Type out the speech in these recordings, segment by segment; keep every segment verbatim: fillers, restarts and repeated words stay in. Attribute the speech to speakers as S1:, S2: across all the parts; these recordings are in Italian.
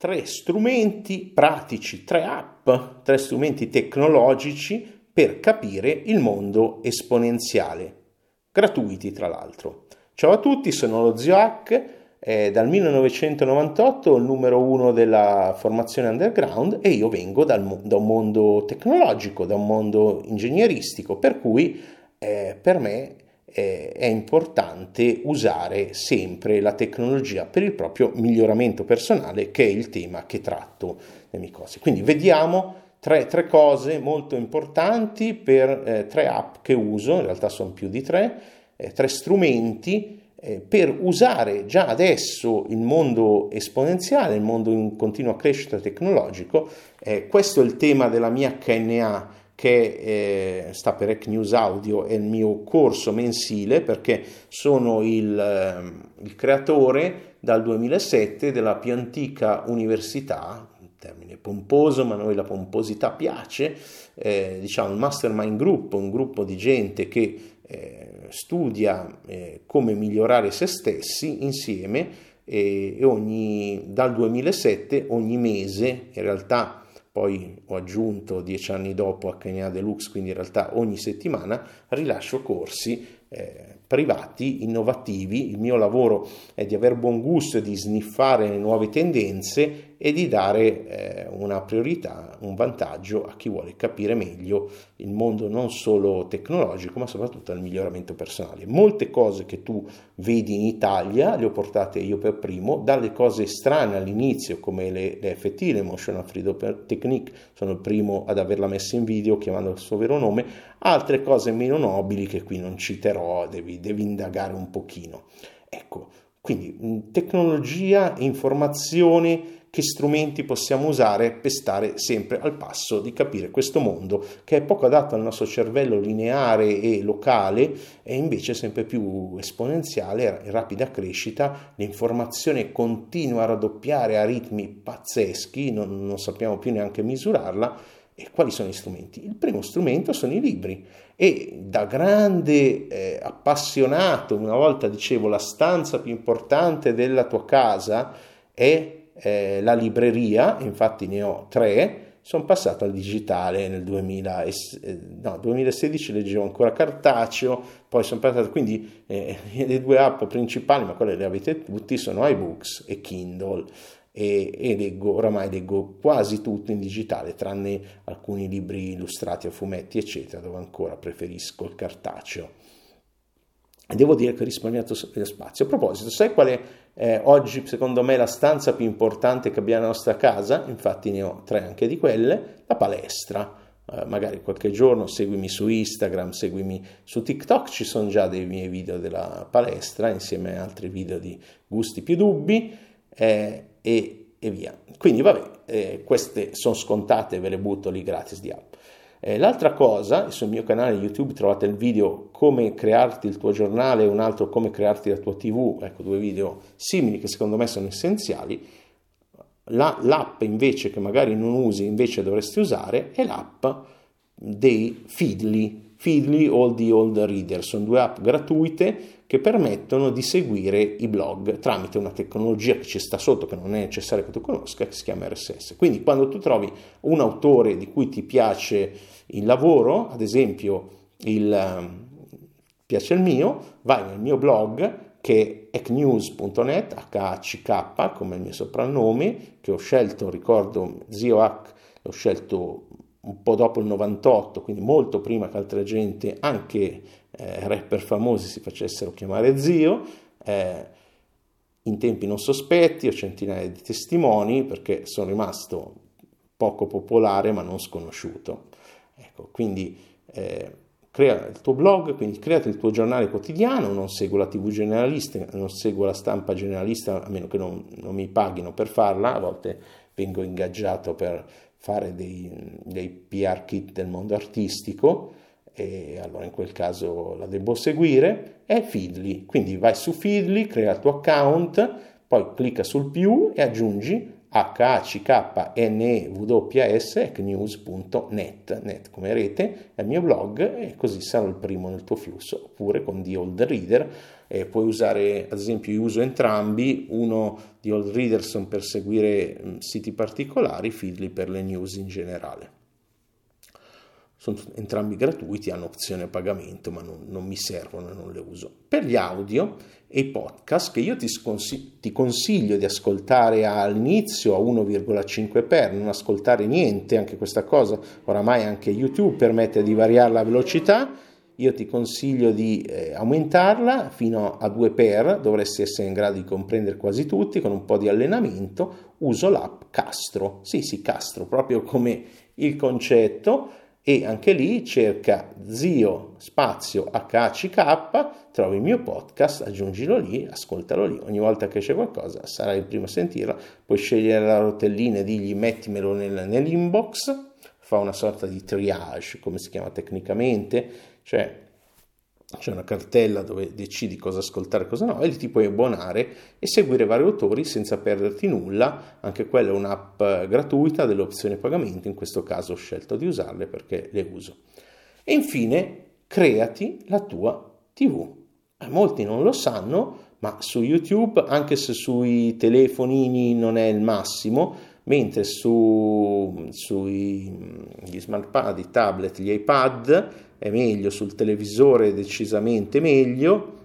S1: tre strumenti pratici, tre app, tre strumenti tecnologici per capire il mondo esponenziale, gratuiti tra l'altro. Ciao a tutti, sono lo Zio Hack, è dal millenovecentonovantotto il numero uno della formazione underground e io vengo dal, da un mondo tecnologico, da un mondo ingegneristico, per cui eh, per me eh, è importante usare sempre la tecnologia per il proprio miglioramento personale, che è il tema che tratto nelle mie cose. Quindi vediamo Tre, tre cose molto importanti per eh, tre app che uso, in realtà sono più di tre, eh, tre strumenti eh, per usare già adesso il mondo esponenziale, il mondo in continua crescita tecnologico. Eh, questo è il tema della mia H N A, che eh, sta per Hack News Audio, è il mio corso mensile, perché sono il, eh, il creatore dal duemilasette della più antica università, termine pomposo, ma a noi la pomposità piace, eh, diciamo il Mastermind Group, un gruppo di gente che eh, studia eh, come migliorare se stessi insieme e, e ogni, dal duemilasette ogni mese, in realtà poi ho aggiunto dieci anni dopo H N A Deluxe, quindi in realtà ogni settimana rilascio corsi eh, privati, innovativi. Il mio lavoro è di aver buon gusto e di sniffare le nuove tendenze e di dare eh, una priorità, un vantaggio a chi vuole capire meglio il mondo non solo tecnologico, ma soprattutto il miglioramento personale. Molte cose che tu vedi in Italia le ho portate io per primo, dalle cose strane all'inizio come le, le F T, le Emotional Freedom Technique, sono il primo ad averla messa in video chiamando il suo vero nome, altre cose meno nobili che qui non citerò, devi, devi indagare un pochino. Ecco, quindi tecnologia, informazione, che strumenti possiamo usare per stare sempre al passo di capire questo mondo che è poco adatto al nostro cervello lineare e locale e invece sempre più esponenziale, in rapida crescita. L'informazione continua a raddoppiare a ritmi pazzeschi, non, non sappiamo più neanche misurarla. E quali sono gli strumenti? Il primo strumento sono i libri, e da grande eh, appassionato, una volta dicevo la stanza più importante della tua casa è eh, la libreria, infatti ne ho tre, sono passato al digitale nel duemila, eh, no, duemilasedici leggevo ancora cartaceo, poi sono passato, quindi eh, le due app principali, ma quelle le avete tutti, sono iBooks e Kindle. E, e leggo, oramai leggo quasi tutto in digitale, tranne alcuni libri illustrati a fumetti eccetera, dove ancora preferisco il cartaceo. E devo dire che ho risparmiato spazio. A proposito, sai qual è eh, oggi secondo me la stanza più importante che abbiamo nella nostra casa? Infatti ne ho tre anche di quelle: la palestra. Uh, magari qualche giorno seguimi su Instagram, seguimi su TikTok, ci sono già dei miei video della palestra insieme a altri video di gusti più dubbi. Eh, E, e via. Quindi vabbè, eh, queste sono scontate, ve le butto lì gratis di app. Eh, l'altra cosa, sul mio canale YouTube trovate il video come crearti il tuo giornale e un altro come crearti la tua tivù, ecco due video simili che secondo me sono essenziali. La, l'app invece che magari non usi, invece dovresti usare, è l'app dei Feedly. Feedly All the Old Reader, sono due app gratuite che permettono di seguire i blog tramite una tecnologia che ci sta sotto, che non è necessario che tu conosca, che si chiama R S S. Quindi quando tu trovi un autore di cui ti piace il lavoro, ad esempio il um, piace il mio, vai nel mio blog che è hack news punto net, H A C K come il mio soprannome, che ho scelto, ricordo, Zio Hack, l'ho scelto un po' dopo il novantotto, quindi molto prima che altra gente, anche eh, rapper famosi, si facessero chiamare Zio, eh, in tempi non sospetti, ho centinaia di testimoni perché sono rimasto poco popolare ma non sconosciuto. Ecco, quindi eh, crea il tuo blog, quindi creati il tuo giornale quotidiano, non seguo la tivù generalista, non seguo la stampa generalista, a meno che non, non mi paghino per farla, a volte vengo ingaggiato per fare dei, dei P R kit del mondo artistico, e allora in quel caso la devo seguire. È Feedly, quindi vai su Feedly, crea il tuo account, poi clicca sul più e aggiungi H A C K N E W S hacknews punto net, net come rete, è il mio blog, e così sarò il primo nel tuo flusso. Oppure con The Old Reader, eh, puoi usare, ad esempio io uso entrambi, uno di Old Reader sono per seguire mh, siti particolari, Feedly per le news in generale. Sono entrambi gratuiti, hanno opzione a pagamento, ma non, non mi servono e non le uso. Per gli audio e i podcast, che io ti, sconsi- ti consiglio di ascoltare all'inizio a uno virgola cinque per, non ascoltare niente, anche questa cosa, oramai anche YouTube permette di variare la velocità, io ti consiglio di eh, aumentarla fino a due per, dovresti essere in grado di comprendere quasi tutti, con un po' di allenamento. Uso l'app Castro, sì sì Castro, proprio come il concetto, e anche lì cerca Zio spazio H A C K, trovi il mio podcast, aggiungilo lì, ascoltalo lì, ogni volta che c'è qualcosa sarai il primo a sentirla. Puoi scegliere la rotellina e digli mettimelo nel, nell'inbox, fa una sorta di triage, come si chiama tecnicamente, cioè c'è una cartella dove decidi cosa ascoltare e cosa no, e lì ti puoi abbonare e seguire vari autori senza perderti nulla. Anche quella è un'app gratuita, delle opzioni a pagamento, in questo caso ho scelto di usarle perché le uso. E infine creati la tua tivù. Eh, molti non lo sanno, ma su YouTube, anche se sui telefonini non è il massimo, mentre su sui gli smartpad, i tablet, gli iPad è meglio, sul televisore è decisamente meglio.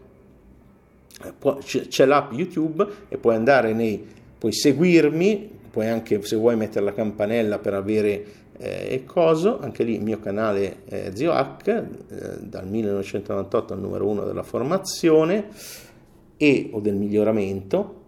S1: C'è l'app YouTube e puoi andare nei puoi seguirmi, puoi anche, se vuoi, mettere la campanella per avere eh, coso, anche lì il mio canale è Zio Hack, eh, dal millenovecentonovantotto al numero uno della formazione e o del miglioramento,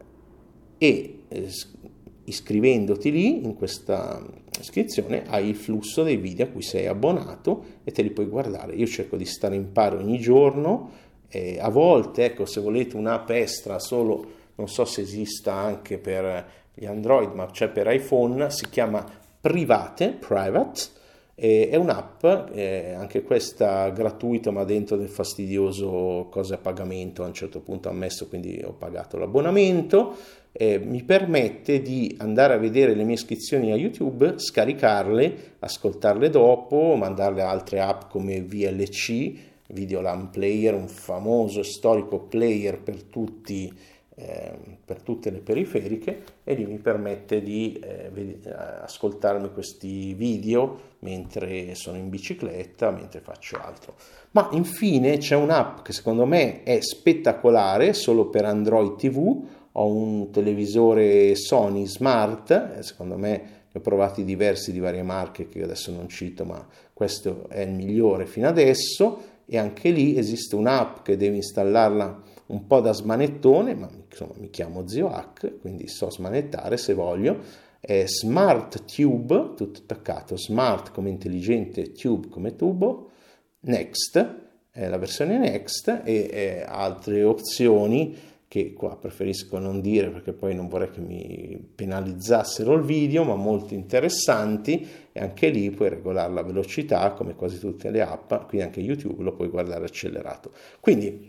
S1: e eh, iscrivendoti lì in questa iscrizione hai il flusso dei video a cui sei abbonato e te li puoi guardare. Io cerco di stare in paro ogni giorno, eh, a volte, ecco, se volete un'app extra, solo non so se esista anche per gli Android, ma c'è per iPhone, si chiama Private, Private, eh, è un'app, eh, anche questa gratuita, ma dentro del fastidioso cose a pagamento. A un certo punto ho ammesso, quindi ho pagato l'abbonamento. Eh, mi permette di andare a vedere le mie iscrizioni a YouTube, scaricarle, ascoltarle dopo, mandarle a altre app come V L C, Videolan Player, un famoso e storico player per tutti, eh, per tutte le periferiche, e lì mi permette di eh, ved- ascoltarmi questi video mentre sono in bicicletta, mentre faccio altro. Ma infine c'è un'app che secondo me è spettacolare, solo per Android T V. Ho un televisore Sony Smart, secondo me ne ho provati diversi di varie marche che adesso non cito, ma questo è il migliore fino adesso, e anche lì esiste un'app che devi installarla un po' da smanettone, ma insomma mi chiamo Zio Hack, quindi so smanettare se voglio. È Smart Tube, tutto attaccato, Smart come intelligente, Tube come tubo, Next, è la versione Next, e eh, altre opzioni che qua preferisco non dire perché poi non vorrei che mi penalizzassero il video, ma molto interessanti, e anche lì puoi regolare la velocità come quasi tutte le app, quindi anche YouTube lo puoi guardare accelerato. Quindi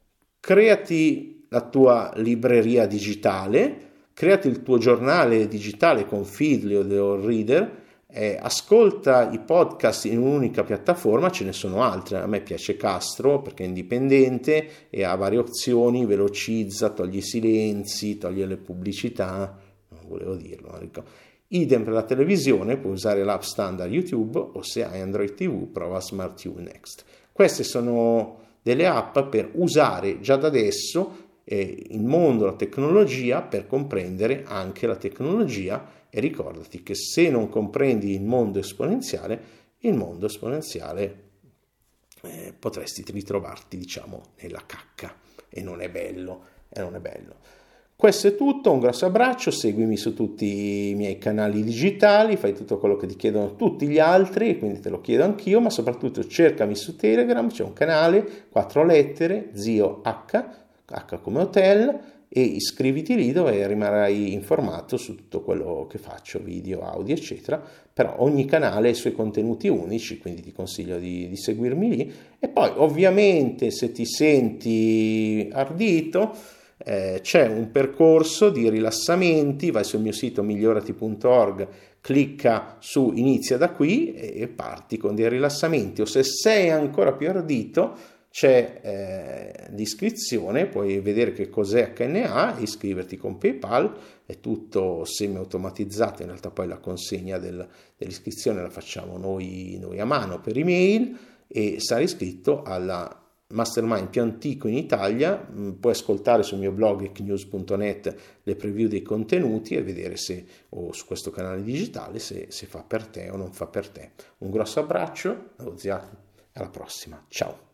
S1: creati la tua libreria digitale, creati il tuo giornale digitale con Feedly o The Old Reader, Eh, ascolta i podcast in un'unica piattaforma, ce ne sono altre. A me piace Castro perché è indipendente e ha varie opzioni, velocizza, toglie i silenzi, toglie le pubblicità, non volevo dirlo, ma dico. Idem per la televisione, puoi usare l'app standard YouTube, o se hai Android T V prova Smart T V Next. Queste sono delle app per usare già da adesso eh, il mondo, la tecnologia, per comprendere anche la tecnologia. E ricordati che se non comprendi il mondo esponenziale, il mondo esponenziale eh, potresti ritrovarti, diciamo, nella cacca, e non è bello, e non è bello. Questo è tutto, un grosso abbraccio, seguimi su tutti i miei canali digitali, fai tutto quello che ti chiedono tutti gli altri, quindi te lo chiedo anch'io, ma soprattutto cercami su Telegram, c'è un canale, quattro lettere, Zio H, H come hotel, e iscriviti lì dove rimarrai informato su tutto quello che faccio, video, audio, eccetera. Però ogni canale ha i suoi contenuti unici, quindi ti consiglio di, di seguirmi lì. E poi ovviamente se ti senti ardito, Eh, c'è un percorso di rilassamenti, vai sul mio sito migliorati punto org, clicca su inizia da qui e parti con dei rilassamenti, o se sei ancora più ardito c'è eh, l'iscrizione, puoi vedere che cos'è H N A, iscriverti con PayPal, è tutto semi automatizzato, in realtà poi la consegna del, dell'iscrizione la facciamo noi, noi a mano per email, e sarai iscritto alla mastermind più antico in Italia. Puoi ascoltare sul mio blog ecnews punto net le preview dei contenuti e vedere se, o su questo canale digitale, se, se fa per te o non fa per te. Un grosso abbraccio, alla prossima, ciao!